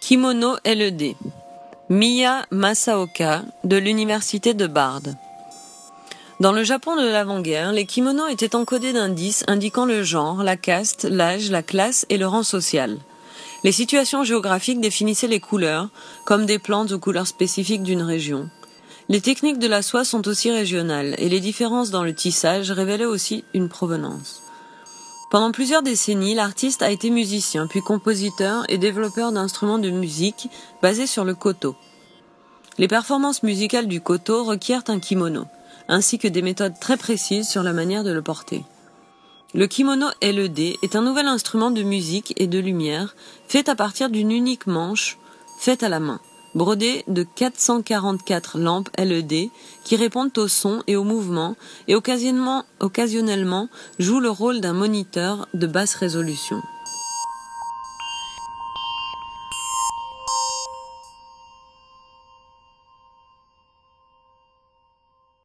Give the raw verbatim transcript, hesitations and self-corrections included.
Kimono L E D. Miya Masaoka, de l'université de Bard. Dans le Japon de l'avant-guerre, les kimonos étaient encodés d'indices indiquant le genre, la caste, l'âge, la classe et le rang social. Les situations géographiques définissaient les couleurs, comme des plantes aux couleurs spécifiques d'une région. Les techniques de la soie sont aussi régionales, et les différences dans le tissage révélaient aussi une provenance. Pendant plusieurs décennies, l'artiste a été musicien, puis compositeur et développeur d'instruments de musique basés sur le koto. Les performances musicales du koto requièrent un kimono, ainsi que des méthodes très précises sur la manière de le porter. Le kimono L E D est un nouvel instrument de musique et de lumière fait à partir d'une unique manche faite à la main, brodée de quatre cent quarante-quatre lampes L E D qui répondent au son et au mouvement et occasionnellement, occasionnellement jouent le rôle d'un moniteur de basse résolution.